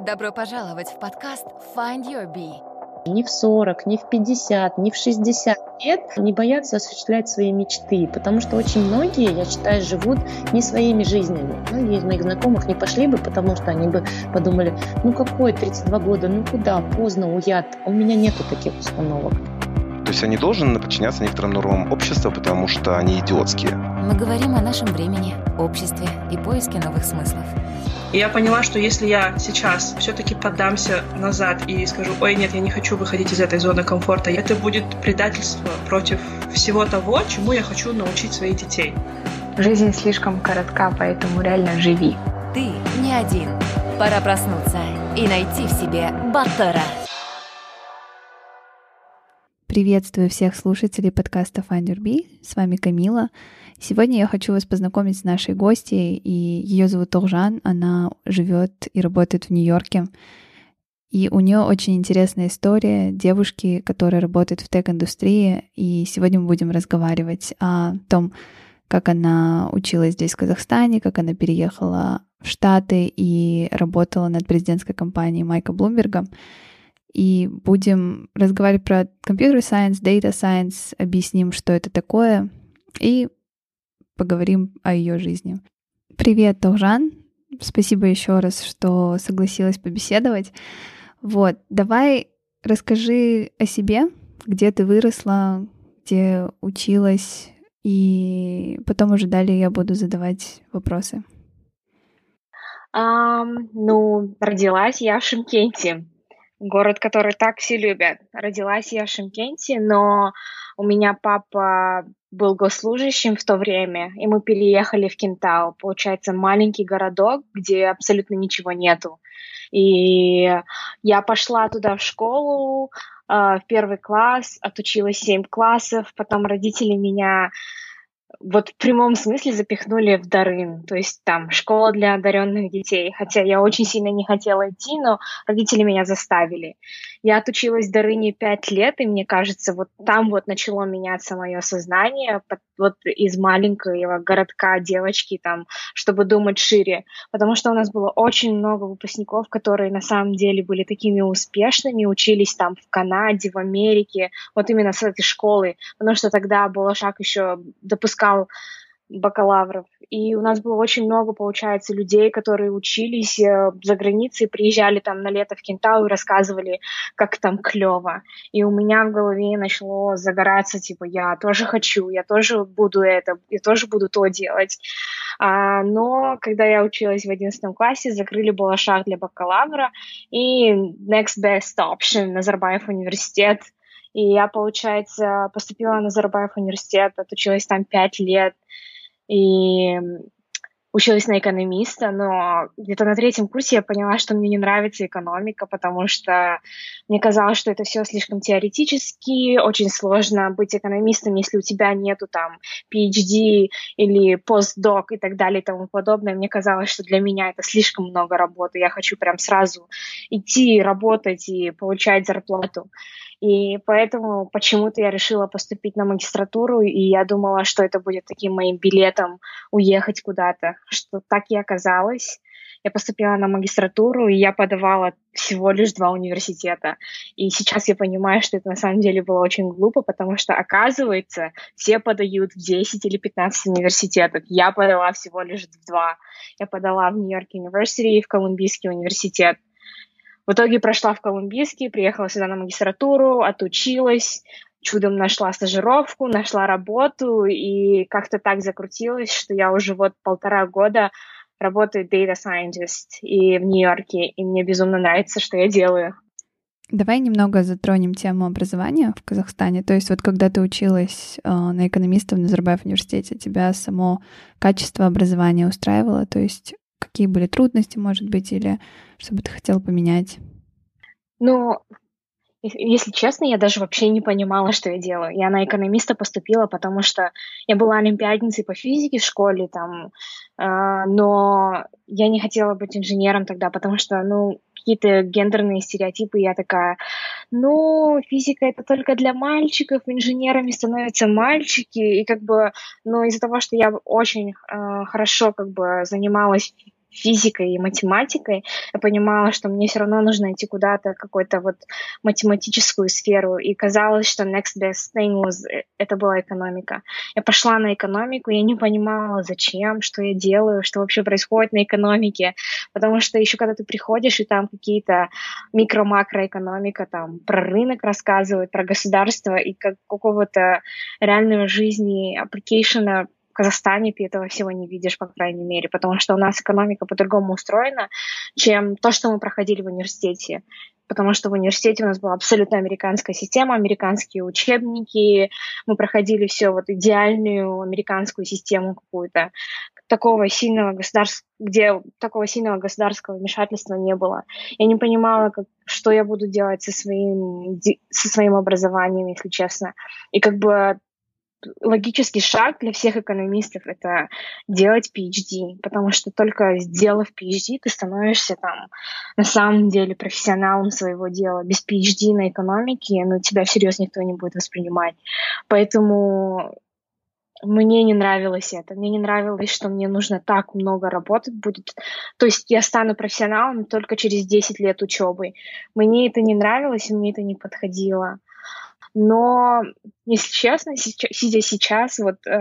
Добро пожаловать в подкаст Find Your Bee. Ни в 40, ни в 50, ни в 60 лет не боятся осуществлять свои мечты, потому что очень многие, я считаю, живут не своими жизнями. Многие из моих знакомых не пошли бы, потому что они бы подумали, ну какой 32 года, ну куда, поздно, уят. У меня нету таких установок. То есть они должны подчиняться некоторым нормам общества, потому что они идиотские. Мы говорим о нашем времени, обществе и поиске новых смыслов. И я поняла, что если я сейчас все-таки поддамся назад и скажу, ой, нет, я не хочу выходить из этой зоны комфорта, это будет предательство против всего того, чему я хочу научить своих детей. Жизнь слишком коротка, поэтому реально живи. Ты не один. Пора проснуться и найти в себе Баттера. Приветствую всех слушателей подкаста Find Your Bee. С вами Камила. Сегодня я хочу вас познакомить с нашей гостьей, и ее зовут Торжан. Она живет и работает в Нью-Йорке. И у нее очень интересная история девушки, которая работает в тех-индустрии. И сегодня мы будем разговаривать о том, как она училась здесь, в Казахстане, как она переехала в Штаты и работала над президентской кампанией Майка Блумберга. И будем разговаривать про computer science, data science, объясним, что это такое, и поговорим о ее жизни. Привет, Торжан. Спасибо еще раз, что согласилась побеседовать. Вот, давай расскажи о себе, где ты выросла, где училась, и потом уже далее я буду задавать вопросы. Родилась я в Шымкенте. Город, который так все любят. Родилась я в Шымкенте, но у меня папа был госслужащим в то время, и мы переехали в Кентау. Получается, маленький городок, где абсолютно ничего нету. И я пошла туда в школу, в первый класс, отучилась 7 классов, потом родители меня в прямом смысле запихнули в Дарын, то есть там школа для одаренных детей, хотя я очень сильно не хотела идти, но родители меня заставили. Я отучилась в Дарыне 5 лет, и мне кажется, там начало меняться мое сознание, из маленького городка девочки, там, чтобы думать шире, потому что у нас было очень много выпускников, которые на самом деле были такими успешными, учились там в Канаде, в Америке, именно с этой школы, потому что тогда Балашах еще допускал бакалавров. И у нас было очень много, получается, людей, которые учились за границей, приезжали там на лето в Кентау и рассказывали, как там клево. И у меня в голове начало загораться, я тоже хочу, я тоже буду это, я тоже буду то делать. Но когда я училась в 11 классе, закрыли Балашах для бакалавра, и next best option — Назарбаев университет. И я, получается, поступила на Назарбаев университет, отучилась там 5 лет и училась на экономиста, но где-то на 3-м курсе я поняла, что мне не нравится экономика, потому что мне казалось, что это все слишком теоретически, очень сложно быть экономистом, если у тебя нету там PhD или постдок и так далее и тому подобное. Мне казалось, что для меня это слишком много работы, я хочу прям сразу идти работать и получать зарплату. И поэтому почему-то я решила поступить на магистратуру, и я думала, что это будет таким моим билетом уехать куда-то, что так и оказалось. Я поступила на магистратуру, и я подавала всего лишь 2 университета. И сейчас я понимаю, что это на самом деле было очень глупо, потому что, оказывается, все подают в 10 или 15 университетов. Я подала всего лишь в 2. Я подала в Нью-Йорк University и в Колумбийский университет. В итоге прошла в Колумбийский, приехала сюда на магистратуру, отучилась, чудом нашла стажировку, нашла работу, и как-то так закрутилось, что я уже 1,5 года работаю data scientist и в Нью-Йорке, и мне безумно нравится, что я делаю. Давай немного затронем тему образования в Казахстане. То есть когда ты училась на экономиста в Назарбаев университете, тебя само качество образования устраивало? То есть какие были трудности, может быть, или что бы ты хотела поменять? Если честно, я даже вообще не понимала, что я делаю. Я на экономиста поступила, потому что я была олимпиадницей по физике в школе, но я не хотела быть инженером тогда, потому что, какие-то гендерные стереотипы. Я такая, физика — это только для мальчиков, инженерами становятся мальчики. И из-за того, что я очень хорошо занималась физикой и математикой, я понимала, что мне все равно нужно идти куда-то, какую-то вот математическую сферу, и казалось, что next best thing это была экономика. Я пошла на экономику, я не понимала, зачем, что я делаю, что вообще происходит на экономике, потому что еще когда ты приходишь, и там какие-то микро-макроэкономика, там про рынок рассказывают, про государство, и как какого-то реальной жизни, аппликейшена в Казахстане ты этого всего не видишь, по крайней мере, потому что у нас экономика по-другому устроена, чем то, что мы проходили в университете. Потому что в университете у нас была абсолютно американская система, американские учебники, мы проходили все вот идеальную американскую систему какую-то. Такого сильного государственного вмешательства не было. Я не понимала, что я буду делать со своим образованием, если честно. И как бы логический шаг для всех экономистов — это делать PhD, потому что только сделав PhD, ты становишься там на самом деле профессионалом своего дела. Без PhD на экономике, тебя всерьез никто не будет воспринимать. Поэтому мне не нравилось это. Мне не нравилось, что мне нужно так много работать будет. То есть я стану профессионалом только через 10 лет учебы. Мне это не нравилось, и мне это не подходило. Но, если честно, сидя сейчас,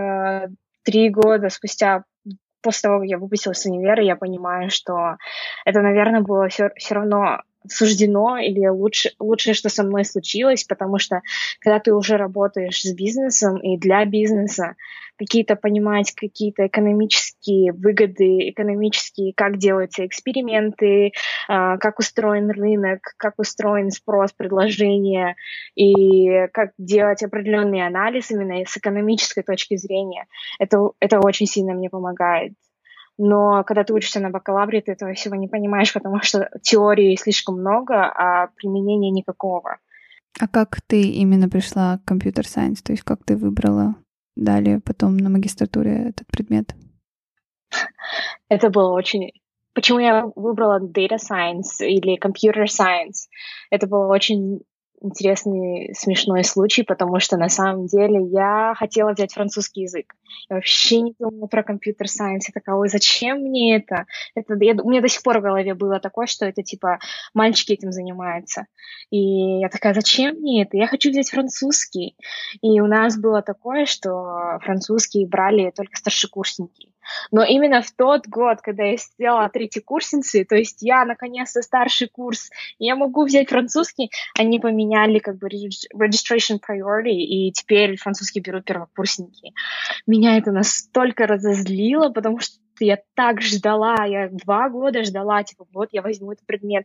3 года спустя, после того, как я выпустилась с универа, я понимаю, что это, наверное, было все равно суждено, или лучшее, что со мной случилось, потому что когда ты уже работаешь с бизнесом и для бизнеса, понимать какие-то экономические выгоды, как делаются эксперименты, как устроен рынок, как устроен спрос, предложение, и как делать определенный анализ именно с экономической точки зрения, это очень сильно мне помогает. Но когда ты учишься на бакалавре, ты этого всего не понимаешь, потому что теории слишком много, а применения никакого. А как ты именно пришла к компьютер-сайенс? То есть как ты выбрала далее потом на магистратуре этот предмет? Это было очень... Почему я выбрала data science или computer science? Это было очень интересный, смешной случай, потому что на самом деле я хотела взять французский язык. Я вообще не думала про компьютер-сайенс. Я такая, ой, зачем мне это? У меня до сих пор в голове было такое, что это типа мальчики этим занимаются. И я такая, зачем мне это? Я хочу взять французский. И у нас было такое, что французский брали только старшекурсники. Но именно в тот год, когда я сделала третьекурсницы, то есть я наконец-то старший курс, и я могу взять французский, они поменяли как бы registration priority, и теперь французский берут первокурсники. Меня это настолько разозлило, потому что я так ждала, я 2 года ждала, я возьму этот предмет,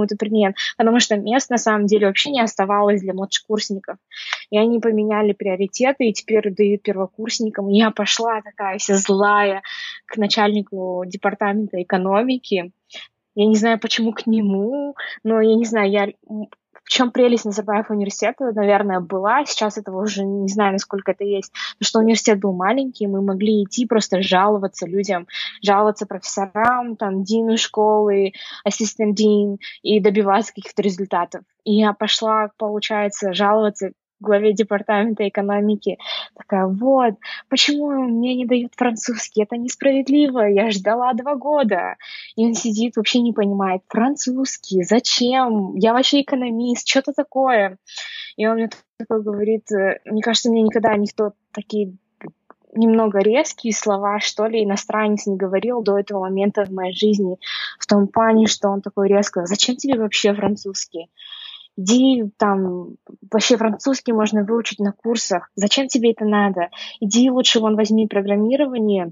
потому что мест на самом деле вообще не оставалось для младшекурсников. И они поменяли приоритеты, и теперь дают первокурсникам. И я пошла такая вся злая к начальнику департамента экономики. Я не знаю, почему к нему, но я не знаю, в чем прелесть Назарбаев университета, наверное, была. Сейчас этого уже не знаю, насколько это есть. Потому что университет был маленький, мы могли идти просто жаловаться людям, жаловаться профессорам, дину школы, ассистент-дин, и добиваться каких-то результатов. И я пошла, получается, жаловаться главе департамента экономики. Такая, почему мне не дают французский? Это несправедливо. Я ждала 2 года. И он сидит, вообще не понимает. Французский? Зачем? Я вообще экономист. Что-то такое. И он мне такой говорит, мне кажется, мне никогда никто такие немного резкие слова, что ли, иностранец не говорил до этого момента в моей жизни. В том плане, что он такой резко, зачем тебе вообще французский? Иди вообще французский можно выучить на курсах. Зачем тебе это надо? Иди лучше возьми программирование.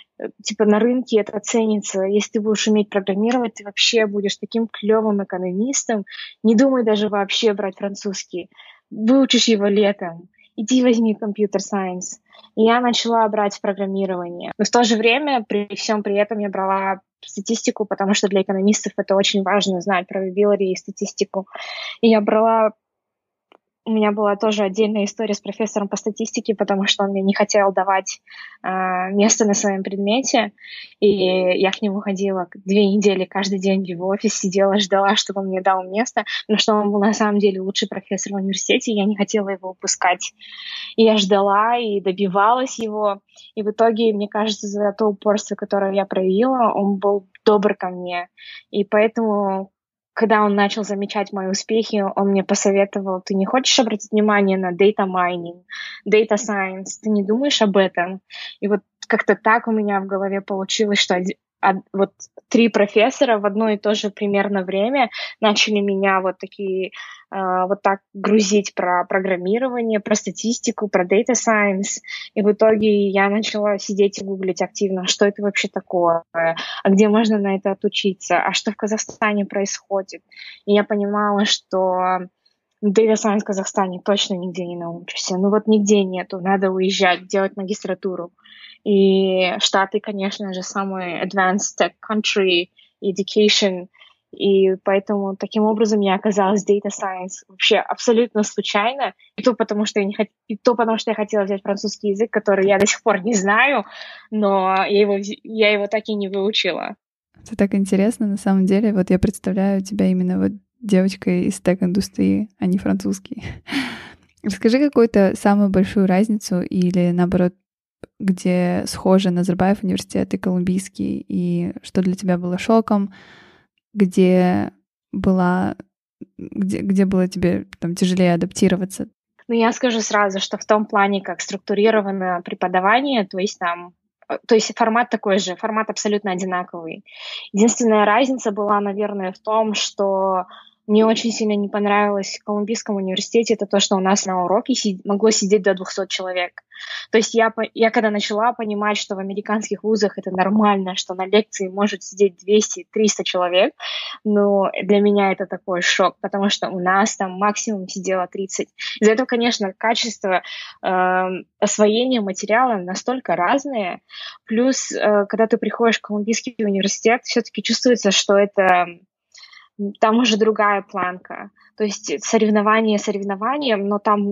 На рынке это ценится. Если ты будешь уметь программировать, ты вообще будешь таким клевым экономистом. Не думай даже вообще брать французский. Выучишь его летом. Иди возьми компьютер-сайенс. И я начала брать программирование. Но в то же время, при всем при этом, я брала статистику, потому что для экономистов это очень важно знать probability и статистику. И я брала У меня была тоже отдельная история с профессором по статистике, потому что он мне не хотел давать место на своем предмете, и я к нему ходила 2 недели каждый день в его офис, сидела, ждала, чтобы он мне дал место, потому что он был на самом деле лучший профессор в университете, и я не хотела его упускать. И я ждала и добивалась его, и в итоге, мне кажется, за то упорство, которое я проявила, он был добр ко мне, и поэтому... Когда он начал замечать мои успехи, он мне посоветовал: ты не хочешь обратить внимание на data mining, data science, ты не думаешь об этом? И вот как-то так у меня в голове получилось, что вот 3 профессора в одно и то же примерно время начали меня вот так грузить про программирование, про статистику, про data science. И в итоге я начала сидеть и гуглить активно, что это вообще такое, а где можно на это отучиться, а что в Казахстане происходит. И я понимала, что data science в Казахстане точно нигде не научишься. Ну вот нигде нету, надо уезжать, делать магистратуру. И Штаты, конечно же, самый advanced tech country, education, и поэтому таким образом я оказалась в data science вообще абсолютно случайно. И то потому, что я хотела взять французский язык, который я до сих пор не знаю, но я его так и не выучила. Это так интересно, на самом деле. Вот я представляю тебя именно вот девочкой из тех-индустрии, а не французский. Расскажи какую-то самую большую разницу или, наоборот, где схожи Назарбаев университет и Колумбийский, и что для тебя было шоком, где было тебе там тяжелее адаптироваться? Ну, я скажу сразу, что в том плане, как структурировано преподавание, то есть формат такой же, формат абсолютно одинаковый. Единственная разница была, наверное, в том, что мне очень сильно не понравилось в Колумбийском университете, это то, что у нас на уроке могло сидеть до 200 человек. То есть я когда начала понимать, что в американских вузах это нормально, что на лекции может сидеть 200-300 человек, но для меня это такой шок, потому что у нас там максимум сидело 30. Из-за этого, конечно, качество освоения материала настолько разное. Плюс, когда ты приходишь в Колумбийский университет, все-таки чувствуется, что там уже другая планка. То есть соревнования соревнованием, но там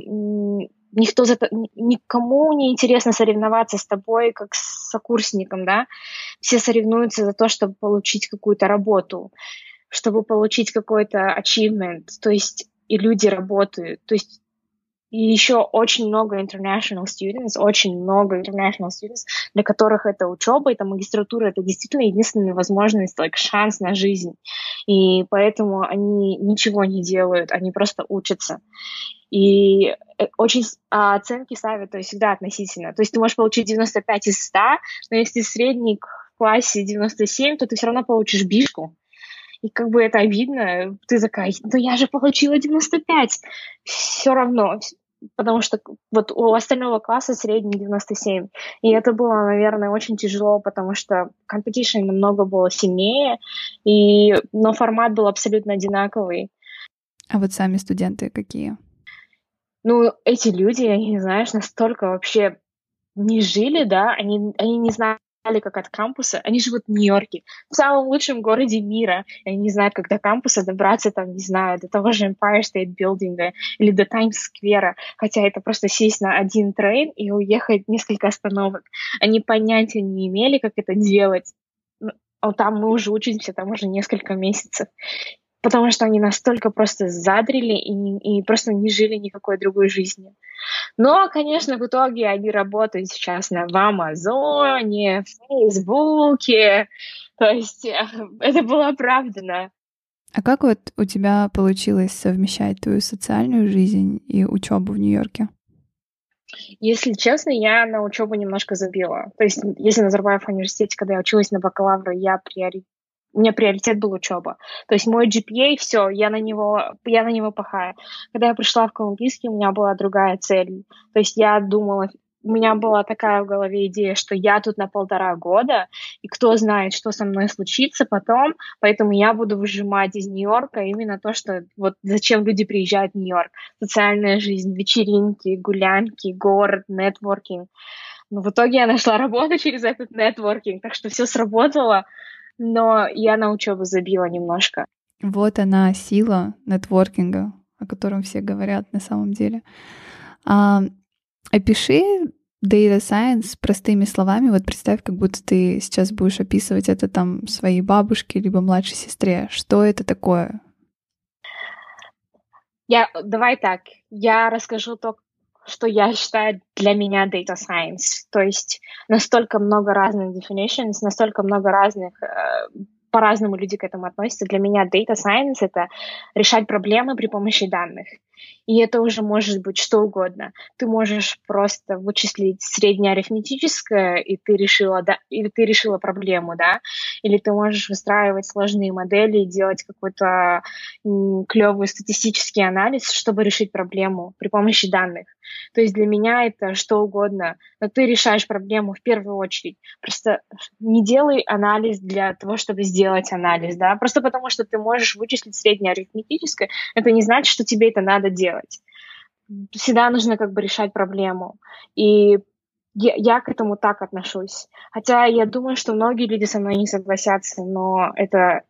никому не интересно соревноваться с тобой, как с сокурсником, да? Все соревнуются за то, чтобы получить какую-то работу, чтобы получить какой-то achievement. То есть и люди работают. То есть и еще очень много international students, для которых это учеба, это магистратура, это действительно единственная возможность, шанс на жизнь. И поэтому они ничего не делают, они просто учатся. И оценки ставят, то есть всегда относительно. То есть ты можешь получить 95 из 100, но если средний в классе 97, то ты все равно получишь бишку. И как бы это обидно, ты такая: ну я же получила 95, все равно, потому что вот у остального класса средний 97. И это было, наверное, очень тяжело, потому что competition намного было сильнее, но формат был абсолютно одинаковый. А вот сами студенты какие? Ну, эти люди, они, знаешь, настолько вообще не жили, да, они не знали, как от кампуса. Они живут в Нью-Йорке, в самом лучшем городе мира. И они не знают, как до кампуса добраться, там, не знаю, до того же Empire State Building или до Таймс-сквера. Хотя это просто сесть на один трейн и уехать несколько остановок. Они понятия не имели, как это делать. А там мы уже учимся, там уже несколько месяцев. Потому что они настолько просто задрили и просто не жили никакой другой жизнью. Но, конечно, в итоге они работают сейчас в Амазоне, в Фейсбуке. То есть это было оправдано. А как вот у тебя получилось совмещать твою социальную жизнь и учебу в Нью-Йорке? Если честно, я на учебу немножко забила. То есть, если на Назарбаев университете, когда я училась на бакалавра, у меня приоритет был учеба. То есть мой GPA, все, я на него пахаю. Когда я пришла в Колумбийский, у меня была другая цель. То есть я думала, у меня была такая в голове идея, что я тут на 1,5 года, и кто знает, что со мной случится потом, поэтому я буду выжимать из Нью-Йорка именно то, что вот зачем люди приезжают в Нью-Йорк. Социальная жизнь, вечеринки, гулянки, город, нетворкинг. Но в итоге я нашла работу через этот нетворкинг, так что все сработало. Но я на учебу забила немножко. Вот она, сила нетворкинга. о котором все говорят на самом деле. Опиши Data Science простыми словами. Вот представь, как будто ты сейчас будешь описывать это там своей бабушке либо младшей сестре. Что это такое? Давай так, я расскажу то, что я считаю для меня Data Science. То есть настолько много разных definitions, настолько много разных... По-разному люди к этому относятся. Для меня Data Science — это решать проблемы при помощи данных. И это уже может быть что угодно. Ты можешь просто вычислить среднеарифметическое, и ты решила проблему, да? Или ты можешь выстраивать сложные модели и делать какой-то клевый статистический анализ, чтобы решить проблему при помощи данных. То есть для меня это что угодно. Но ты решаешь проблему в первую очередь. Просто не делай анализ для того, чтобы сделать анализ, да? Просто потому, что ты можешь вычислить среднеарифметическое, это не значит, что тебе это надо делать. Всегда нужно как бы решать проблему. И я к этому так отношусь. Хотя я думаю, что многие люди со мной не согласятся, но это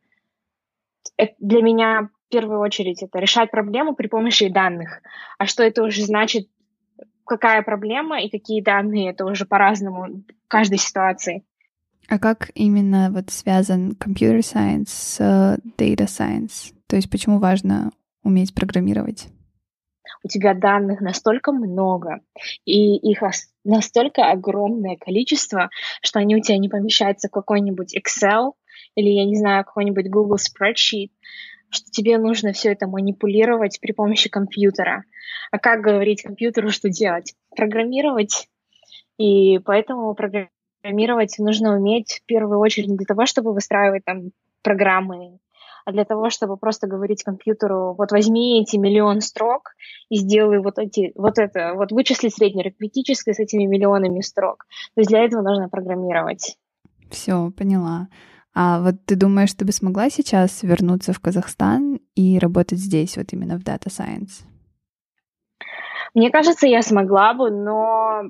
для меня в первую очередь это решать проблему при помощи данных. А что это уже значит, какая проблема и какие данные, это уже по-разному в каждой ситуации. А как именно вот связан computer science с data science? То есть почему важно уметь программировать? У тебя данных настолько много, и их настолько огромное количество, что они у тебя не помещаются в какой-нибудь Excel или, я не знаю, какой-нибудь Google Spreadsheet, что тебе нужно все это манипулировать при помощи компьютера. А как говорить компьютеру, что делать? Программировать. И поэтому программировать нужно уметь в первую очередь не для того, чтобы выстраивать там программы, а для того, чтобы просто говорить компьютеру: вот возьми эти миллион строк и сделай вот вычисли среднеарифметическое с этими миллионами строк. То есть для этого нужно программировать. Все, поняла. А вот ты думаешь, ты бы смогла сейчас вернуться в Казахстан и работать здесь, вот именно в Data Science? Мне кажется, я смогла бы, но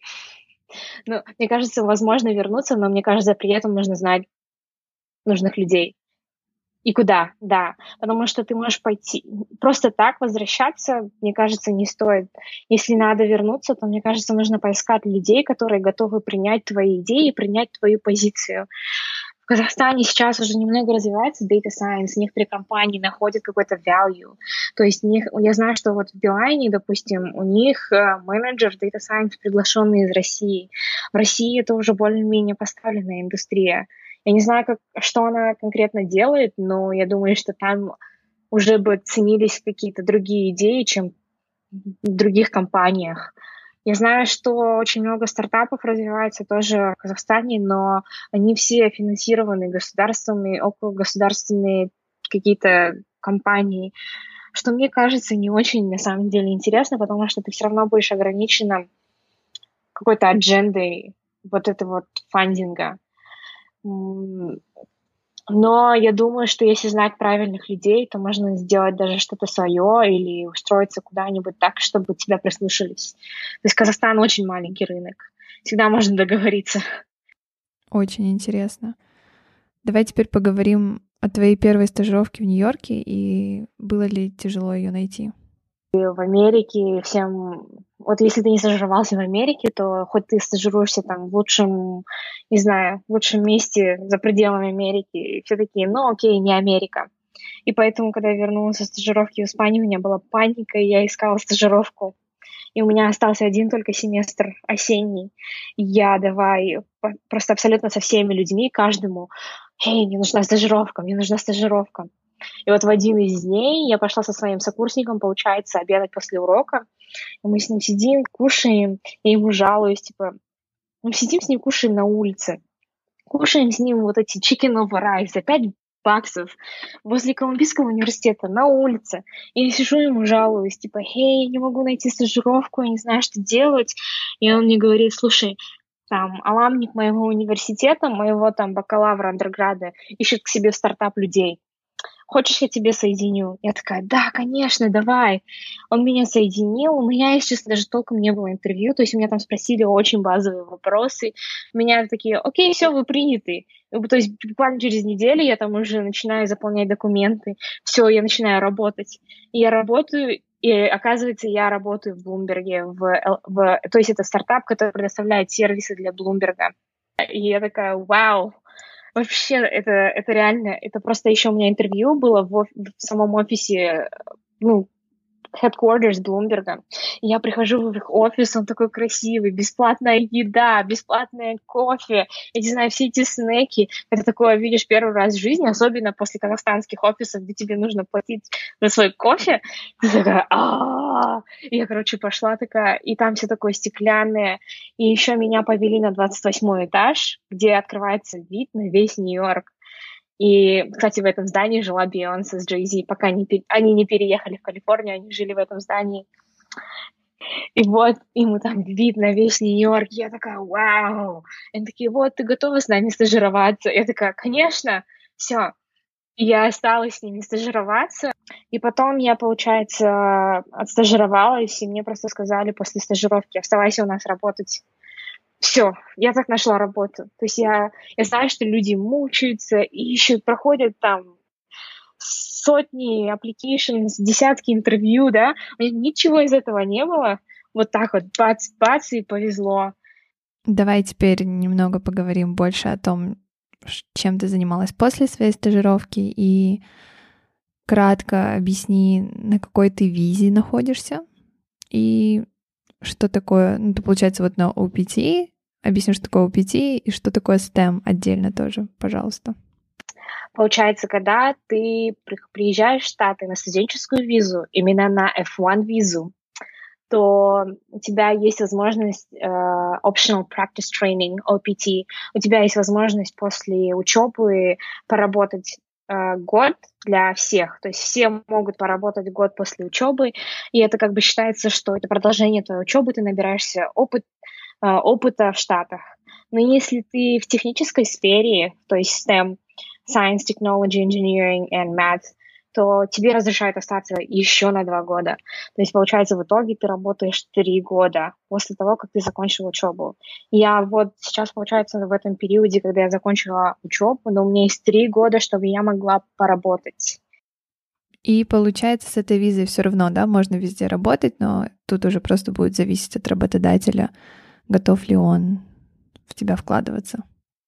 мне кажется, возможно вернуться, но мне кажется, при этом нужно знать нужных людей. И куда, да. Потому что ты можешь пойти... Просто так возвращаться, мне кажется, не стоит. Если надо вернуться, то, мне кажется, нужно поискать людей, которые готовы принять твои идеи и принять твою позицию. В Казахстане сейчас уже немного развивается Data Science, некоторые компании находят какой-то value. То есть я знаю, что вот в Билайне, допустим, у них менеджер Data Science приглашенный из России. В России это уже более-менее поставленная индустрия. Я не знаю, что она конкретно делает, но я думаю, что там уже бы ценились какие-то другие идеи, чем в других компаниях. Я знаю, что очень много стартапов развивается тоже в Казахстане, но они все финансированы государствами, окологосударственные какие-то компании, что мне кажется не очень на самом деле интересно, потому что ты все равно будешь ограничена какой-то аджендой вот этого фандинга. Но я думаю, что если знать правильных людей, то можно сделать даже что-то свое или устроиться куда-нибудь так, чтобы тебя прислушались. То есть Казахстан очень маленький рынок. Всегда можно договориться. Очень интересно. Давай теперь поговорим о твоей первой стажировке в Нью-Йорке, и было ли тяжело ее найти? В Америке всем... Вот если ты не стажировался в Америке, то хоть ты стажируешься там в лучшем, не знаю, в лучшем месте за пределами Америки, и все такие: ну окей, не Америка. И поэтому, когда я вернулась со стажировки в Испанию, у меня была паника, и я искала стажировку. И у меня остался один только семестр осенний. И я давай просто абсолютно со всеми людьми, каждому: «Эй, мне нужна стажировка, мне нужна стажировка». И вот в один из дней я пошла со своим сокурсником, получается, обедать после урока. И мы с ним сидим, кушаем, я ему жалуюсь, типа, мы сидим с ним, кушаем на улице. Кушаем с ним вот эти chicken over rice за $5 возле Колумбийского университета на улице. И я сижу, ему жалуюсь, типа: «Эй, не могу найти стажировку, я не знаю, что делать». И он мне говорит: «Слушай, там, аламник моего университета, моего там бакалавра, андерграда, ищет к себе в стартап людей. хочешь, я тебе соединю? Я такая, да, конечно, давай. Он меня соединил. У меня, если честно, даже толком не было интервью. То есть меня там спросили очень базовые вопросы. Меня такие, окей, все, вы приняты. То есть буквально через неделю я там уже начинаю заполнять документы. Все, я начинаю работать. И я работаю, и оказывается, я работаю в Блумберге. То есть это стартап, который предоставляет сервисы для Блумберга. И я такая, вау, вообще, это реально, это просто еще у меня интервью было в самом офисе, ну, headquarters Блумберга. Я прихожу в их офис, он такой красивый, бесплатная еда, бесплатное кофе, я не знаю, все эти снеки. Это такое видишь первый раз в жизни, особенно после казахстанских офисов, где тебе нужно платить за свой кофе. Ты такая, И я, короче, пошла такая, и там все такое стеклянное. И еще меня повели на 28-й этаж, где открывается вид на весь Нью-Йорк. И, кстати, в этом здании жила Бейонсе с Джей-Зи, пока они не переехали в Калифорнию, они жили в этом здании. И вот, и мы там вид на весь Нью-Йорк. Я такая, вау. И они такие, вот, ты готова с нами стажироваться? Я такая, конечно. Все. Я осталась с ними стажироваться. И потом я, получается, отстажировалась, и мне просто сказали после стажировки, оставайся у нас работать. Все, я так нашла работу. То есть я знаю, что люди мучаются, ищут, проходят там сотни applications, десятки интервью, да. У меня ничего из этого не было. Вот так вот, бац, и повезло. Давай теперь немного поговорим больше о том, чем ты занималась после своей стажировки, и кратко объясни, на какой ты визе находишься, и что такое, ну, ты, получается, вот на OPT, объясни, что такое OPT, и что такое STEM отдельно тоже, пожалуйста. Получается, когда ты приезжаешь в Штаты на студенческую визу, именно на F1 визу, то у тебя есть возможность Optional Practice Training, OPT. У тебя есть возможность после учебы поработать год для всех. То есть все могут поработать год после учебы, и это как бы считается, что это продолжение твоей учебы, ты набираешься опыта в Штатах. Но если ты в технической сфере, то есть STEM, Science, Technology, Engineering and Math, то тебе разрешают остаться еще на 2 года. То есть, получается, в итоге ты работаешь 3 года после того, как ты закончил учебу. Я вот сейчас, получается, в этом периоде, когда я закончила учебу, но у меня есть 3 года, чтобы я могла поработать. И получается, с этой визой все равно, да, можно везде работать, но тут уже просто будет зависеть от работодателя, готов ли он в тебя вкладываться.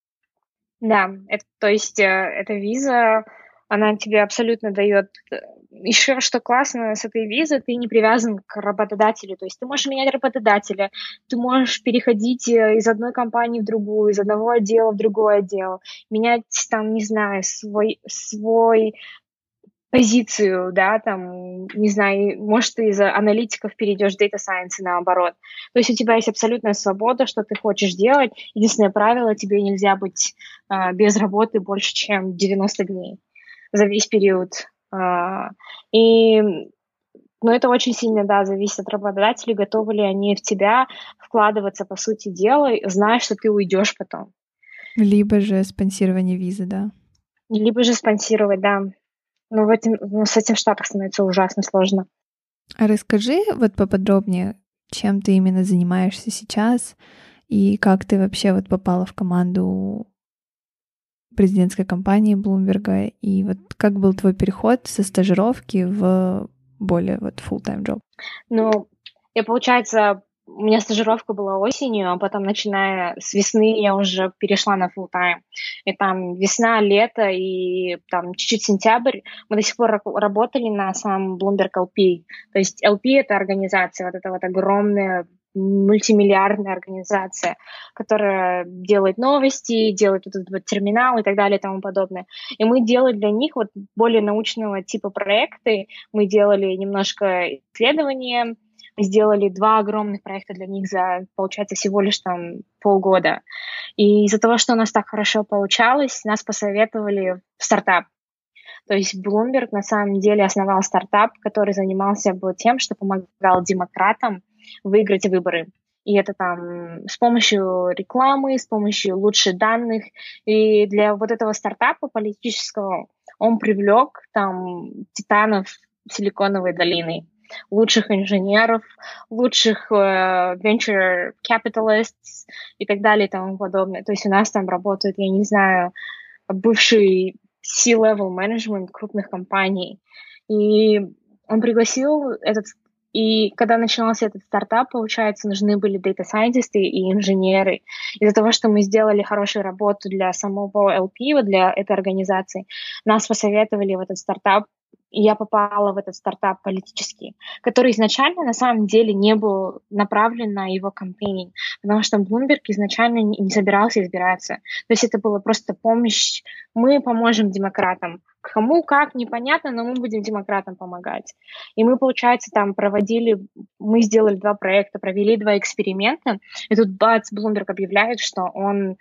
Да, то есть эта виза, она тебе абсолютно дает. Еще что классно с этой визой, ты не привязан к работодателю. То есть ты можешь менять работодателя, ты можешь переходить из одной компании в другую, из одного отдела в другой отдел, менять там, не знаю, свой позицию, да, там, не знаю, может, ты из аналитиков перейдешь в Data Science и наоборот. То есть у тебя есть абсолютная свобода, что ты хочешь делать. Единственное правило, тебе нельзя быть без работы больше, чем 90 дней за весь период. Но это очень сильно, да, зависит от работодателей, готовы ли они в тебя вкладываться, по сути дела, зная, что ты уйдешь потом. Либо же спонсирование визы, да. Либо же спонсировать, да. Но с этим в Штатах становится ужасно сложно. А расскажи вот поподробнее, чем ты именно занимаешься сейчас и как ты вообще вот попала в команду президентской кампании Блумберга, и вот как был твой переход со стажировки в более вот full-time job? Ну, получается, у меня стажировка была осенью, а потом, начиная с весны, я уже перешла на full-time. И там весна, лето и там чуть-чуть сентябрь мы до сих пор работали на самом Bloomberg LP. То есть LP — это организация, вот эта вот огромная мультимиллиардная организация, которая делает новости, делает вот этот вот терминал и так далее и тому подобное. И мы делали для них вот более научного типа проекты. Мы делали немножко исследования, сделали 2 огромных проекта для них за, получается, всего лишь там полгода. И из-за того, что у нас так хорошо получалось, нас посоветовали в стартап. То есть Bloomberg на самом деле основал стартап, который занимался тем, что помогал демократам выиграть выборы. И это там с помощью рекламы, с помощью лучших данных. И для вот этого стартапа политического он привлек там титанов Силиконовой долины, лучших инженеров, лучших venture capitalists и так далее и тому подобное. То есть у нас там работают, я не знаю, бывший C-level management крупных компаний. И он пригласил и когда начинался этот стартап, получается, нужны были data scientists и инженеры. Из-за того, что мы сделали хорошую работу для самого LP, для этой организации, нас посоветовали в этот стартап, и я попала в этот стартап политический, который изначально на самом деле не был направлен на его кампейнинг, потому что Bloomberg изначально не собирался избираться. То есть это была просто помощь, мы поможем демократам. Кому, как, непонятно, но мы будем демократам помогать. И мы, получается, там мы сделали 2 проекта, провели 2 эксперимента, и тут бац, Bloomberg объявляет, что он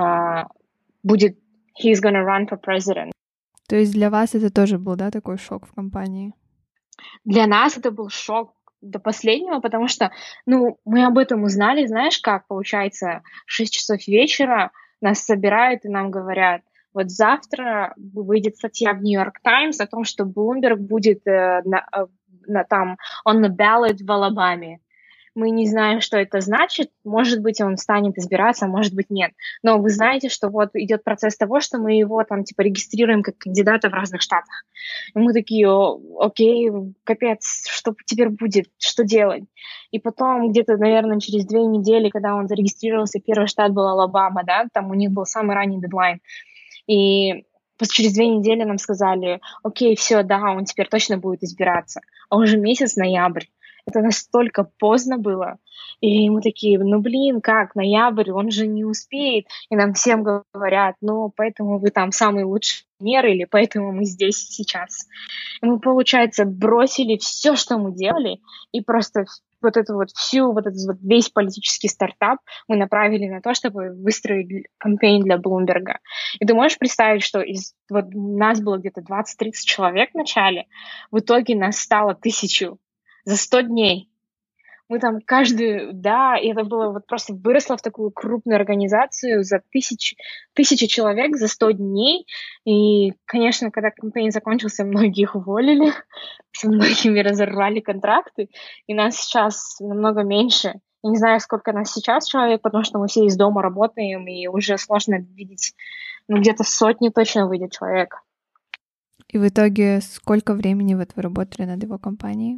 he's gonna run for president. То есть для вас это тоже был, да, такой шок в компании? Для нас это был шок до последнего, потому что, мы об этом узнали, знаешь, как получается, в 6 часов вечера нас собирают и нам говорят, вот завтра выйдет статья в New York Times о том, что Bloomberg будет там on the ballot в Алабаме. Мы не знаем, что это значит. Может быть, он станет избираться, а может быть, нет. Но вы знаете, что вот идет процесс того, что мы его там типа регистрируем как кандидата в разных штатах. И мы такие, окей, капец, что теперь будет, что делать? И потом где-то, наверное, через 2 недели, когда он зарегистрировался, первый штат был Алабама, да, там у них был самый ранний дедлайн. И через 2 недели нам сказали, окей, все, да, он теперь точно будет избираться. А уже месяц ноябрь. Это настолько поздно было. И мы такие, как, ноябрь, он же не успеет. И нам всем говорят, поэтому вы там самый лучший инженер, или поэтому мы здесь сейчас. И мы, получается, бросили все, что мы делали, и просто весь политический стартап мы направили на то, чтобы выстроить кампейн для Блумберга. И ты можешь представить, что нас было где-то 20-30 человек в начале, в итоге нас стало 1000 за 100 дней. Мы там и это было просто выросло в такую крупную организацию за 1000 человек за 100 дней. И, конечно, когда кампейн закончился, многих уволили, с многими разорвали контракты, и нас сейчас намного меньше. Я не знаю, сколько нас сейчас человек, потому что мы все из дома работаем, и уже сложно видеть, где-то 100 точно выйдет человек. И в итоге сколько времени вы работали над его компанией?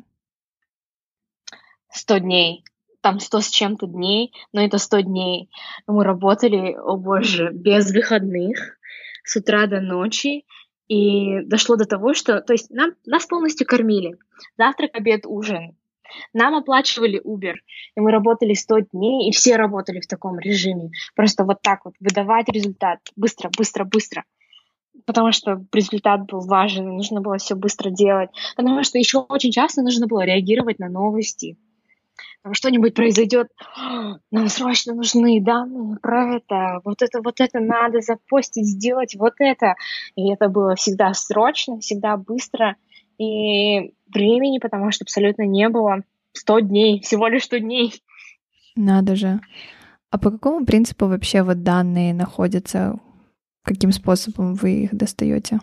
100 дней. Там 100 с чем-то дней, но это 100 дней. Мы работали, о боже, без выходных, с утра до ночи. И дошло до того, что... То есть нас полностью кормили. Завтрак, обед, ужин. Нам оплачивали Uber. И мы работали 100 дней, и все работали в таком режиме. Просто вот так вот выдавать результат. Быстро, быстро, быстро. Потому что результат был важен, нужно было все быстро делать. Потому что еще очень часто нужно было реагировать на новости. Там что-нибудь произойдет, нам срочно нужны данные про это, вот это надо запостить, сделать вот это. И это было всегда срочно, всегда быстро, и времени, потому что абсолютно не было. 100 дней, всего лишь 100 дней. Надо же. А по какому принципу вообще данные находятся? Каким способом вы их достаете?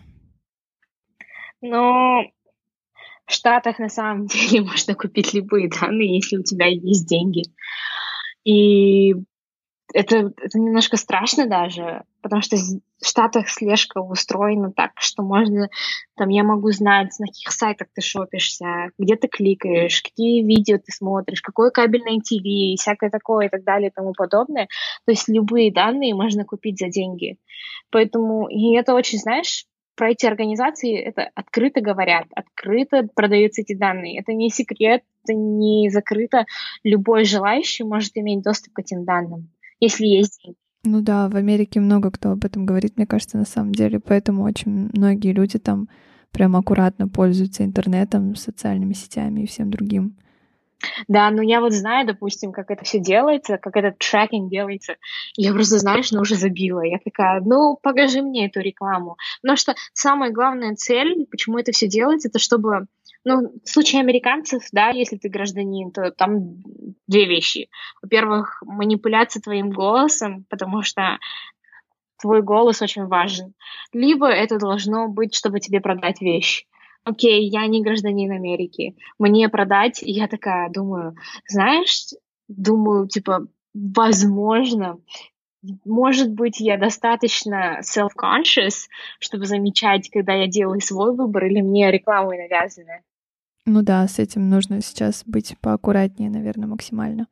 В Штатах на самом деле можно купить любые данные, если у тебя есть деньги. И это немножко страшно даже, потому что в Штатах слежка устроена так, что я могу знать, на каких сайтах ты шопишься, где ты кликаешь, какие видео ты смотришь, какое кабельное ТВ и всякое такое и так далее и тому подобное. То есть любые данные можно купить за деньги. Поэтому, и это очень, про эти организации это открыто говорят, открыто продаются эти данные. Это не секрет, это не закрыто. Любой желающий может иметь доступ к этим данным, если есть деньги. Да, в Америке много кто об этом говорит, мне кажется, на самом деле. Поэтому очень многие люди там прям аккуратно пользуются интернетом, социальными сетями и всем другим. Да, я знаю, допустим, как это все делается, как этот трекинг делается. Я просто, уже забила. Я такая, покажи мне эту рекламу. Потому что самая главная цель, почему это все делается, это чтобы, в случае американцев, да, если ты гражданин, то там 2 вещи. Во-первых, манипуляция твоим голосом, потому что твой голос очень важен. Либо это должно быть, чтобы тебе продать вещь. Окей, я не гражданин Америки. Мне продать, и я такая думаю, знаешь, думаю, типа, возможно, может быть, я достаточно self-conscious, чтобы замечать, когда я делаю свой выбор, или мне рекламой навязаны. Ну да, с этим нужно сейчас быть поаккуратнее, наверное, максимально.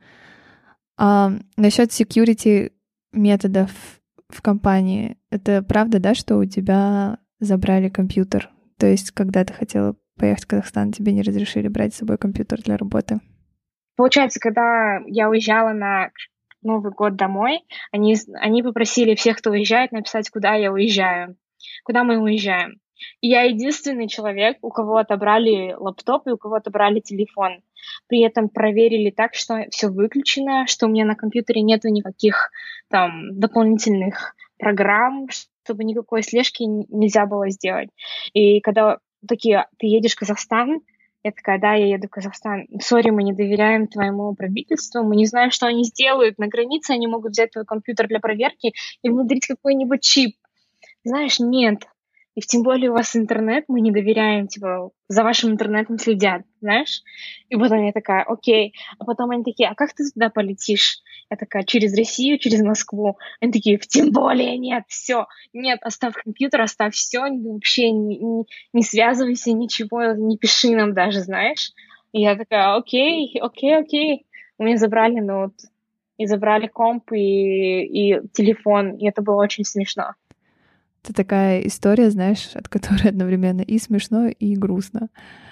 А насчет security методов в компании, это правда, да, что у тебя забрали компьютер? То есть, когда ты хотела поехать в Казахстан, тебе не разрешили брать с собой компьютер для работы? Получается, когда я уезжала на Новый год домой, они попросили всех, кто уезжает, написать, куда я уезжаю, куда мы уезжаем. И я единственный человек, у кого отобрали лаптоп и у кого отобрали телефон. При этом проверили так, что все выключено, что у меня на компьютере нету никаких там дополнительных программ, чтобы никакой слежки нельзя было сделать. И когда такие, ты едешь в Казахстан, я такая, да, я еду в Казахстан. Сори, мы не доверяем твоему правительству, мы не знаем, что они сделают. На границе они могут взять твой компьютер для проверки и внедрить какой-нибудь чип. Знаешь, нет. И тем более у вас интернет, мы не доверяем, типа, за вашим интернетом следят, знаешь? И потом я такая, окей. А потом они такие, а как ты туда полетишь? Я такая, через Россию, через Москву. Они такие, тем более нет, все. Нет, оставь компьютер, оставь все, вообще не связывайся, ничего, не пиши нам даже, знаешь? И я такая, окей. У меня забрали ноут, и забрали комп, и телефон, и это было очень смешно. Это такая история, знаешь, от которой одновременно и смешно, и грустно.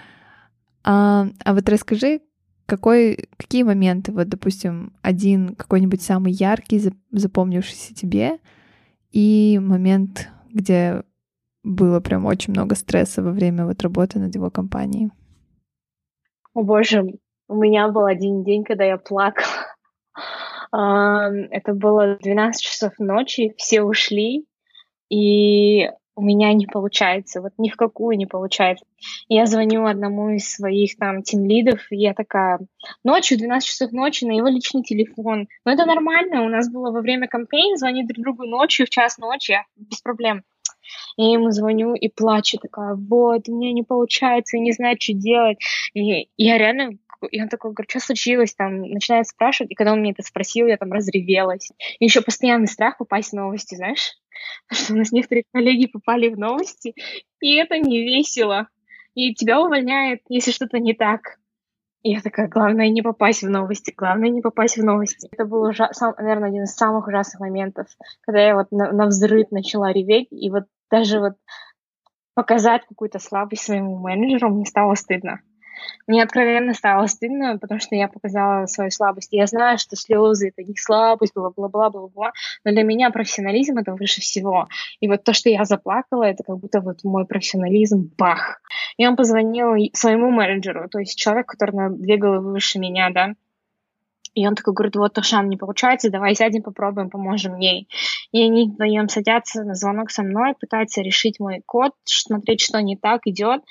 А вот расскажи, какие моменты, вот, допустим, один какой-нибудь самый яркий, запомнившийся тебе, и момент, где было прям очень много стресса во время вот работы над его компанией. О боже, у меня был один день, когда я плакала. Это было 12 часов ночи, все ушли, и у меня не получается, вот ни в какую не получается. Я звоню одному из своих там тимлидов, и я такая, ночью, 12 часов ночи, на его личный телефон. Но это нормально, у нас было во время кампейн звонить друг другу ночью, в час ночи, без проблем. Я ему звоню и плачу, такая, вот, у меня не получается, я не знаю, что делать. И я реально, и он такой, говорит, что случилось? Там начинает спрашивать, и когда он мне это спросил, я там разревелась. И еще постоянный страх попасть в новости, знаешь? Потому что у нас некоторые коллеги попали в новости, и это не весело. И тебя увольняют, если что-то не так. И я такая, главное не попасть в новости, главное не попасть в новости. Это был, наверное, один из самых ужасных моментов, когда я вот на взрыв начала реветь, и вот даже вот показать какую-то слабость своему менеджеру мне стало стыдно. Мне откровенно стало стыдно, потому что я показала свою слабость. И я знаю, что слезы — это не слабость, бла-бла-бла-бла-бла, но для меня профессионализм — это выше всего. И вот то, что я заплакала, это как будто вот мой профессионализм — бах. И он позвонил своему менеджеру, то есть человек, который на 2 головы выше меня, да. И он такой говорит, вот, Тошан, не получается, давай сядем, попробуем, поможем ей. И они вдвоем садятся на звонок со мной, пытаются решить мой код, смотреть, что не так идет.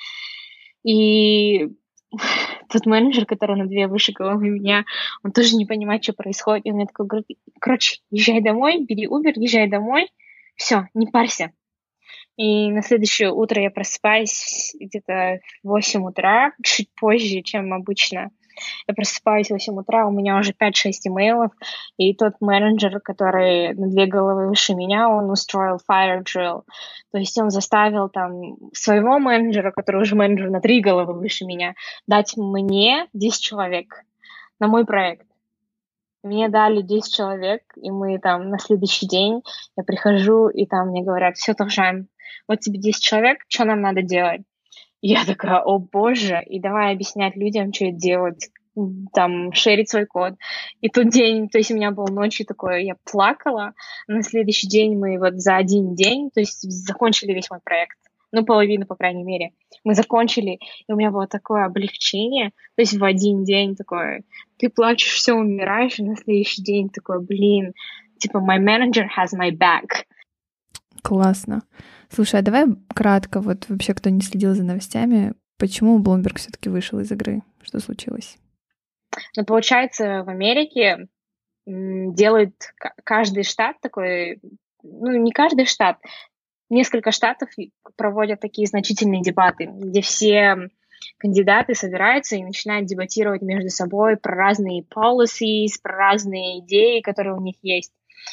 И тот менеджер, который на 2 выше головы меня, он тоже не понимает, что происходит. И он мне такой говорит, короче, езжай домой, бери Uber, езжай домой, все, не парься. И на следующее утро я просыпаюсь где-то в 8 утра, чуть позже, чем обычно. Я просыпаюсь в 8 утра, у меня уже 5-6 имейлов, и тот менеджер, который на 2 головы выше меня, он устроил fire drill. То есть он заставил там своего менеджера, который уже менеджер на 3 головы выше меня, дать мне 10 человек на мой проект. Мне дали 10 человек, и мы там на следующий день, я прихожу, и там мне говорят, все, Тохжан, вот тебе 10 человек, что нам надо делать? И я такая, о боже, и давай объяснять людям, что делать, там, шерить свой код. И тот день, то есть у меня был ночью такое, я плакала, на следующий день мы вот за один день, то есть закончили весь мой проект. Ну, половину, по крайней мере. Мы закончили, и у меня было такое облегчение. То есть в один день такое, ты плачешь, все, умираешь, и на следующий день такой, блин, типа, my manager has my back. Классно. Слушай, а давай кратко, вот вообще, кто не следил за новостями, почему Bloomberg все-таки вышел из игры? Что случилось? Ну, получается, в Америке делает каждый штат такой не каждый штат, несколько штатов проводят такие значительные дебаты, где все кандидаты собираются и начинают дебатировать между собой про разные policies, про разные идеи, которые у них есть.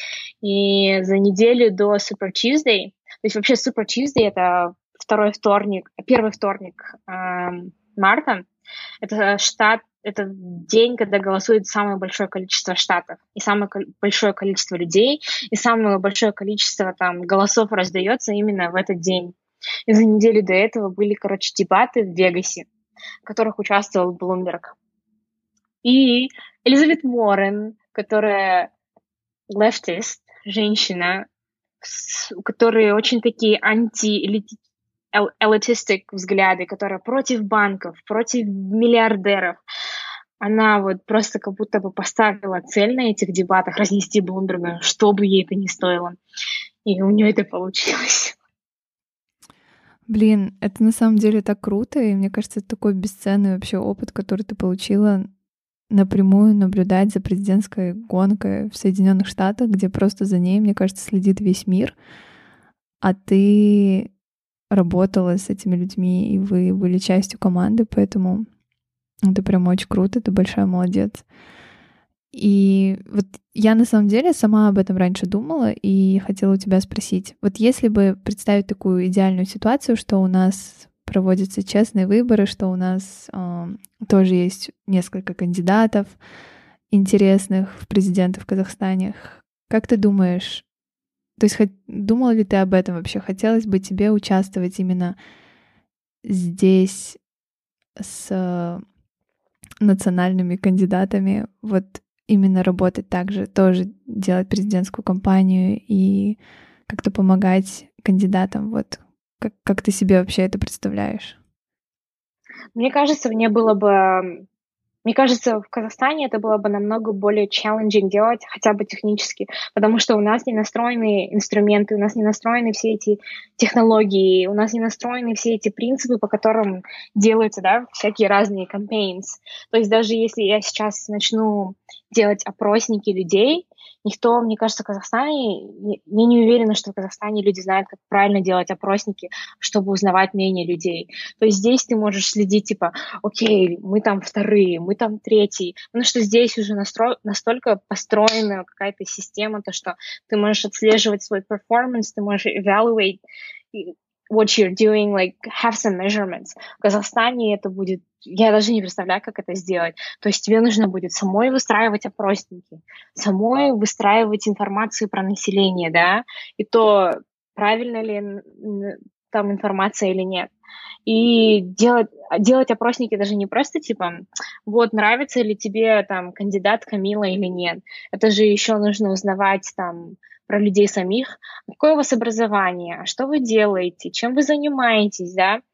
И за неделю до Super Tuesday, то есть вообще Super Tuesday — это первый вторник марта, это день, когда голосует самое большое количество штатов, и самое большое количество людей, и самое большое количество голосов раздается именно в этот день. И за неделю до этого были, дебаты в Вегасе, в которых участвовал Блумберг. И Элизабет Уоррен, которая leftist, женщина, у которой очень такие анти-элитистик взгляды, которая против банков, против миллиардеров. Она просто как будто бы поставила цель на этих дебатах разнести Блумберга, что бы ей это ни стоило. И у нее это получилось. Блин, это на самом деле так круто, и мне кажется, это такой бесценный вообще опыт, который ты получила напрямую наблюдать за президентской гонкой в Соединенных Штатах, где просто за ней, мне кажется, следит весь мир, а ты работала с этими людьми, и вы были частью команды, поэтому это прям очень круто, ты большая молодец. И вот я на самом деле сама об этом раньше думала и хотела у тебя спросить. Вот если бы представить такую идеальную ситуацию, что у нас проводятся честные выборы, что у нас тоже есть несколько кандидатов интересных в президенты в Казахстане, как ты думаешь, то есть думала ли ты об этом вообще? Хотелось бы тебе участвовать именно здесь с национальными кандидатами, вот именно работать также, тоже делать президентскую кампанию и как-то помогать кандидатам. Вот как ты себе вообще это представляешь? Мне кажется, в Казахстане это было бы намного более challenging делать, хотя бы технически, потому что у нас не настроены инструменты, у нас не настроены все эти технологии, у нас не настроены все эти принципы, по которым делаются, всякие разные campaigns. То есть даже если я сейчас начну делать опросники людей, никто, мне кажется, в Казахстане, я не уверена, что в Казахстане люди знают, как правильно делать опросники, чтобы узнавать мнение людей. То есть здесь ты можешь следить, окей, мы там вторые, мы там третий, потому что здесь уже настолько построена какая-то система, то что ты можешь отслеживать свой performance, ты можешь evaluate what you're doing, have some measurements. В Казахстане это будет, я даже не представляю, как это сделать. То есть тебе нужно будет самой выстраивать опросники, самой выстраивать информацию про население, и то, правильно ли там информация или нет. И делать опросники даже не просто нравится ли тебе кандидат Камила или нет. Это же еще нужно узнавать про людей самих, какое у вас образование, что вы делаете, чем вы занимаетесь,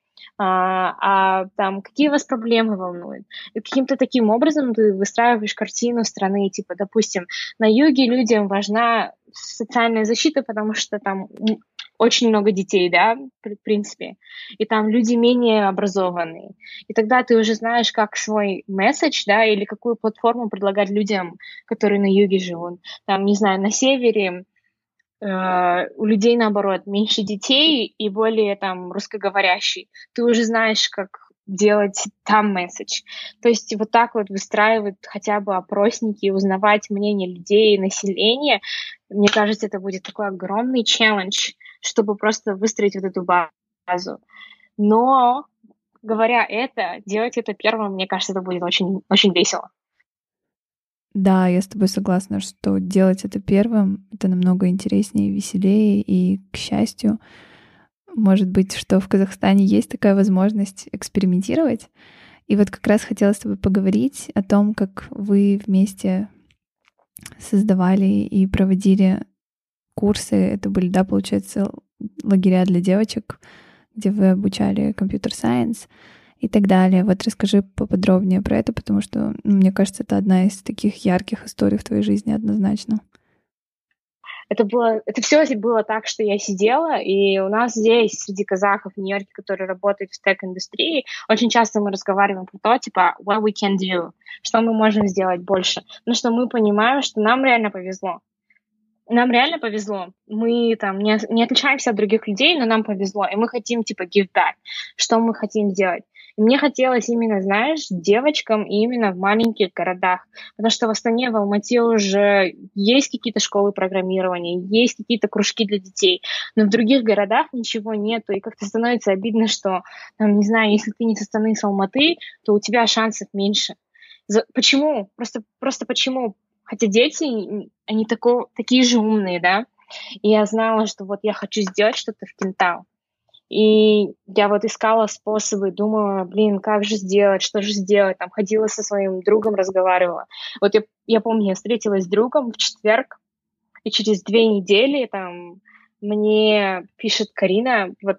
какие вас проблемы волнуют. И каким-то таким образом ты выстраиваешь картину страны, допустим, на юге людям важна социальная защита, потому что там очень много детей, в принципе, и там люди менее образованные. И тогда ты уже знаешь, как свой месседж, или какую платформу предлагать людям, которые на юге живут. Не знаю, на севере у людей, наоборот, меньше детей и более русскоговорящие. Ты уже знаешь, как делать там месседж. То есть вот так выстраивать хотя бы опросники, узнавать мнение людей, населения. Мне кажется, это будет такой огромный челлендж, чтобы просто выстроить эту базу. Но, говоря делать это первым, мне кажется, это будет очень, очень весело. Да, я с тобой согласна, что делать это первым — это намного интереснее, веселее, и, к счастью, может быть, что в Казахстане есть такая возможность экспериментировать. И вот как раз хотела с тобой поговорить о том, как вы вместе создавали и проводили курсы. Это были, получается, лагеря для девочек, где вы обучали компьютер-сайенс и так далее. Вот расскажи поподробнее про это, потому что, мне кажется, это одна из таких ярких историй в твоей жизни однозначно. Это все было так, что я сидела, и у нас здесь, среди казахов в Нью-Йорке, которые работают в тех-индустрии, очень часто мы разговариваем про то, what we can do, что мы можем сделать больше. Потому что мы понимаем, что нам реально повезло. нам реально повезло. Мы там не отличаемся от других людей, но нам повезло. И мы хотим, типа, give back. Что мы хотим сделать? И мне хотелось именно, знаешь, девочкам именно в маленьких городах. Потому что в Астане, в Алмате уже есть какие-то школы программирования, есть какие-то кружки для детей. Но в других городах ничего нету. И как-то становится обидно, что, там, не знаю, если ты не с Астаны, с Алматы, то у тебя шансов меньше. Почему? Просто почему? Хотя дети, они такие же умные, да? И я знала, что вот я хочу сделать что-то в Кентау. И я вот искала способы, думала, как же сделать, что же сделать. Там ходила со своим другом, разговаривала. Вот я помню, я встретилась с другом в четверг, и через 2 недели там мне пишет Карина, вот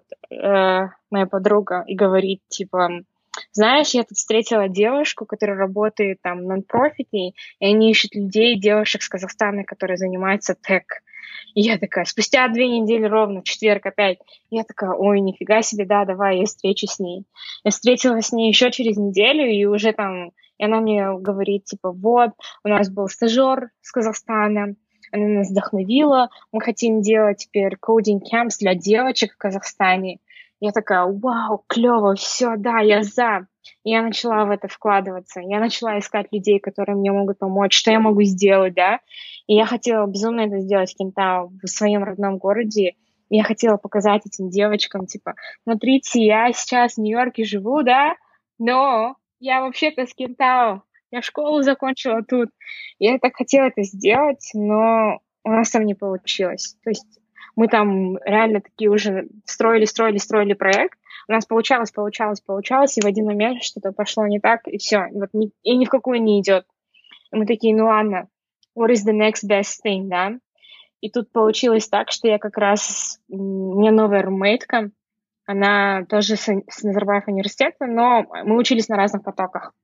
моя подруга, и говорит, типа, знаешь, я тут встретила девушку, которая работает там в нон-профите, и они ищут людей, девушек с Казахстана, которые занимаются тех. И я такая, спустя 2 недели ровно, в четверг опять, я такая, ой, нифига себе, да, давай я встречусь с ней. Я встретилась с ней еще через неделю, и уже там, и она мне говорит, типа, вот, у нас был стажер с Казахстана, она нас вдохновила, мы хотим делать теперь кодинг кэмпс для девочек в Казахстане. Я такая, вау, клево, все, да, я за. И я начала в это вкладываться. Я начала искать людей, которые мне могут помочь, что я могу сделать, да. И я хотела безумно это сделать в Кентау, в своем родном городе. И я хотела показать этим девочкам, типа, смотрите, я сейчас в Нью-Йорке живу, да, но я вообще-то с Кентау. Я школу закончила тут. Я так хотела это сделать, но у нас там не получилось. То есть мы там реально такие уже строили проект. У нас получалось, и в один момент что-то пошло не так, и все. И ни в какую не идет. И мы такие, ну ладно, what is the next best thing, да? И тут получилось так, что я как раз... У меня новая румейтка, она тоже с Назарбаев университета, но мы учились на разных потоках.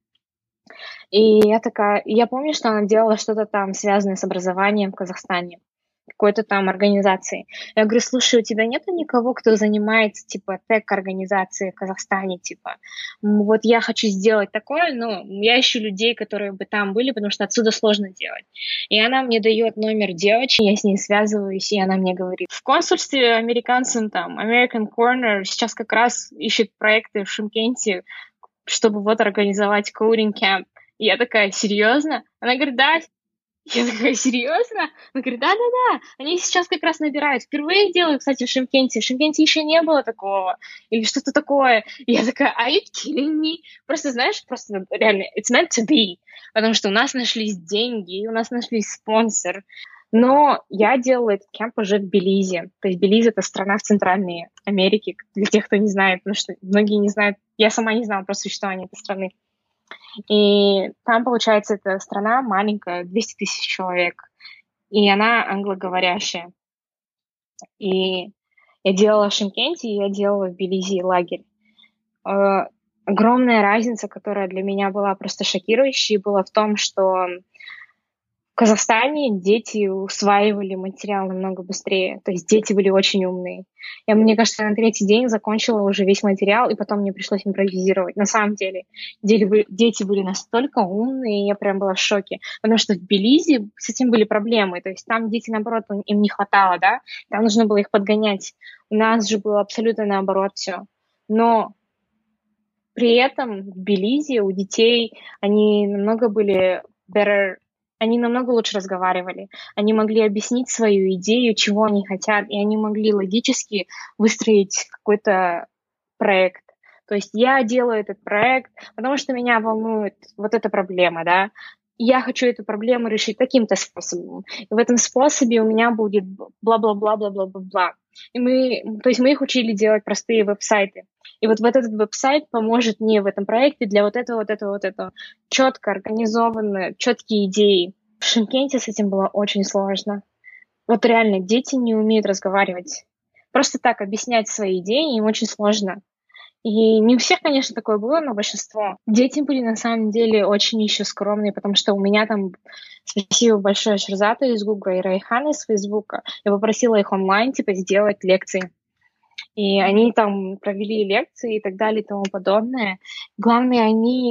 И я помню, что она делала что-то там связанное с образованием в Казахстане, какой-то там организации. Я говорю, слушай, у тебя нету никого, кто занимается, типа, тег-организацией в Казахстане, типа, вот я хочу сделать такое, но я ищу людей, которые бы там были, потому что отсюда сложно делать. И она мне дает номер девочки, я с ней связываюсь, и она мне говорит, в консульстве американцам там, American Corner сейчас как раз ищет проекты в Шымкенте, чтобы вот организовать coding camp. И я такая, серьезно? Она говорит, да. Я такая, серьезно? Она говорит, да-да-да, они сейчас как раз набирают. Впервые делают, кстати, в Шымкенте. В Шымкенте еще не было такого. Или что-то такое. И я такая, are you kidding me? Просто, знаешь, просто реально, it's meant to be. Потому что у нас нашлись деньги, у нас нашлись спонсор. Но я делала этот кемп уже в Белизе. То есть Белиз — это страна в Центральной Америке. Для тех, кто не знает, потому что многие не знают. Я сама не знала про существование этой страны. И там, получается, эта страна маленькая, 200 тысяч человек. И она англоговорящая. И я делала в Шымкенте, и я делала в Белизе лагерь. Огромная разница, которая для меня была просто шокирующей, была в том, что в Казахстане дети усваивали материал намного быстрее. То есть дети были очень умные. Мне кажется, на 3-й день закончила уже весь материал, и потом мне пришлось импровизировать. На самом деле, дети были настолько умные, и я прям была в шоке. Потому что в Белизе с этим были проблемы. То есть там дети, наоборот, им не хватало, да? Там нужно было их подгонять. У нас же было абсолютно наоборот все. Но при этом в Белизе у детей они намного были better. Они намного лучше разговаривали, они могли объяснить свою идею, чего они хотят, и они могли логически выстроить какой-то проект. То есть я делаю этот проект, потому что меня волнует вот эта проблема, да, и я хочу эту проблему решить таким-то способом. И в этом способе у меня будет бла-бла-бла-бла-бла-бла-бла. То есть мы их учили делать простые веб-сайты. И вот этот веб-сайт поможет мне в этом проекте для вот этого. Четко, организованно, четкие идеи. В Шымкенте с этим было очень сложно. Вот реально, дети не умеют разговаривать. Просто так объяснять свои идеи им очень сложно. И не у всех, конечно, такое было, но большинство. Дети были на самом деле очень еще скромные, потому что у меня там, спасибо большое Шерзату из Гугла и Райхана из Фейсбука, я попросила их онлайн, сделать лекции. И они там провели лекции и так далее и тому подобное. Главное, они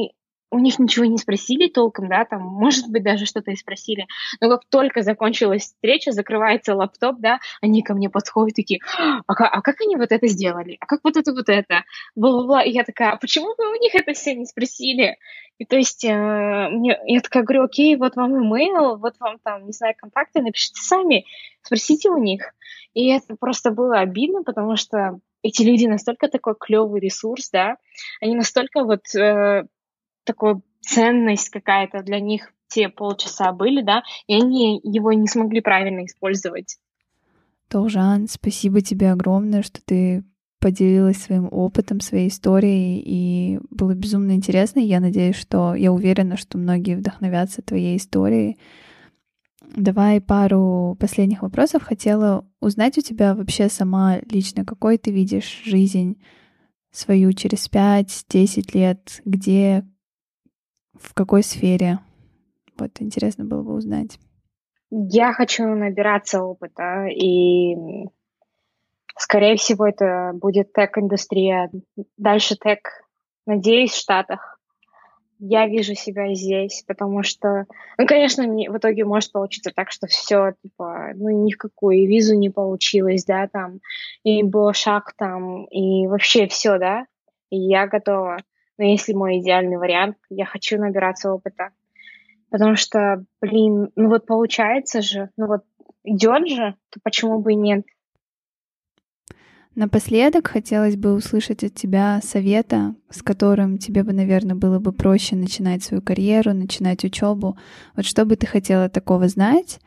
у них ничего не спросили толком, да, там, может быть, даже что-то и спросили. Но как только закончилась встреча, закрывается лаптоп, да, они ко мне подходят такие: а как они вот это сделали? А как вот это, бла-бла-бла. И я такая: а почему вы у них это все не спросили? И то есть я такая говорю: окей, вот вам имейл, вот вам там, не знаю, контакты, напишите сами, спросите у них. И это просто было обидно, потому что эти люди настолько такой клевый ресурс, да, они настолько вот такая ценность какая-то для них те полчаса были, да, и они его не смогли правильно использовать. Толжан, спасибо тебе огромное, что ты поделилась своим опытом, своей историей, и было безумно интересно. Я надеюсь, я уверена, что многие вдохновятся твоей историей. Давай пару последних вопросов. Хотела узнать у тебя вообще сама лично, какой ты видишь жизнь свою через 5-10 лет, где, в какой сфере? Вот интересно было бы узнать. Я хочу набираться опыта, и, скорее всего, это будет тех-индустрия. Дальше тех, надеюсь, в Штатах. Я вижу себя здесь, потому что, конечно, в итоге может получиться так, что все, типа, ни в какую визу не получилось, да, там, и был шаг там, и вообще все, да, и я готова. Но если мой идеальный вариант, я хочу набираться опыта. Потому что, получается же, идет же, то почему бы и нет? Напоследок хотелось бы услышать от тебя совета, с которым тебе бы, наверное, было бы проще начинать свою карьеру, начинать учебу. Вот что бы ты хотела такого знать,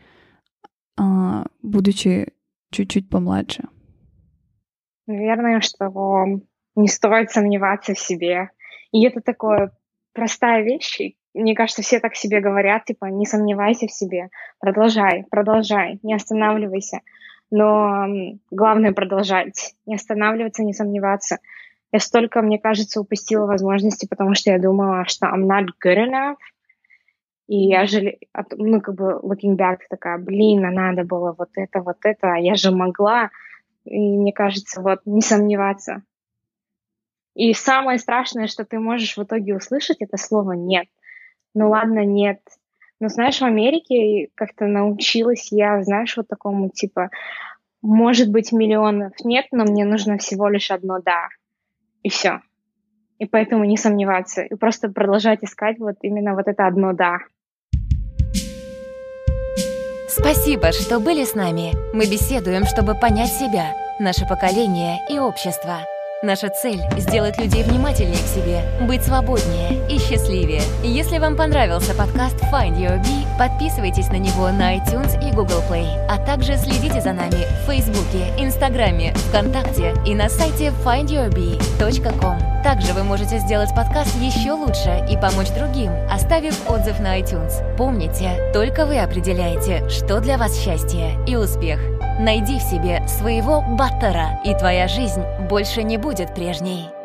будучи чуть-чуть помладше? Наверное, что не стоит сомневаться в себе. И это такая простая вещь. Мне кажется, все так себе говорят, типа, не сомневайся в себе, продолжай, не останавливайся. Но главное продолжать, не останавливаться, не сомневаться. Я столько, мне кажется, упустила возможности, потому что я думала, что I'm not good enough. И я looking back, такая: а надо было вот это, а я же могла. И мне кажется, не сомневаться. И самое страшное, что ты можешь в итоге услышать, это слово «нет». Ну ладно, нет. Но знаешь, в Америке как-то научилась я, знаешь, вот такому типа: может быть, миллионов нет, но мне нужно всего лишь одно «да». И все. И поэтому не сомневаться. И просто продолжать искать именно это одно «да». Спасибо, что были с нами. Мы беседуем, чтобы понять себя, наше поколение и общество. Наша цель – сделать людей внимательнее к себе, быть свободнее и счастливее. Если вам понравился подкаст Find Your Bee, подписывайтесь на него на iTunes и Google Play, а также следите за нами в Фейсбуке, Инстаграме, ВКонтакте и на сайте findyourbee.com. Также вы можете сделать подкаст еще лучше и помочь другим, оставив отзыв на iTunes. Помните, только вы определяете, что для вас счастье и успех. Найди в себе своего баттера, и твоя жизнь больше не будет прежней.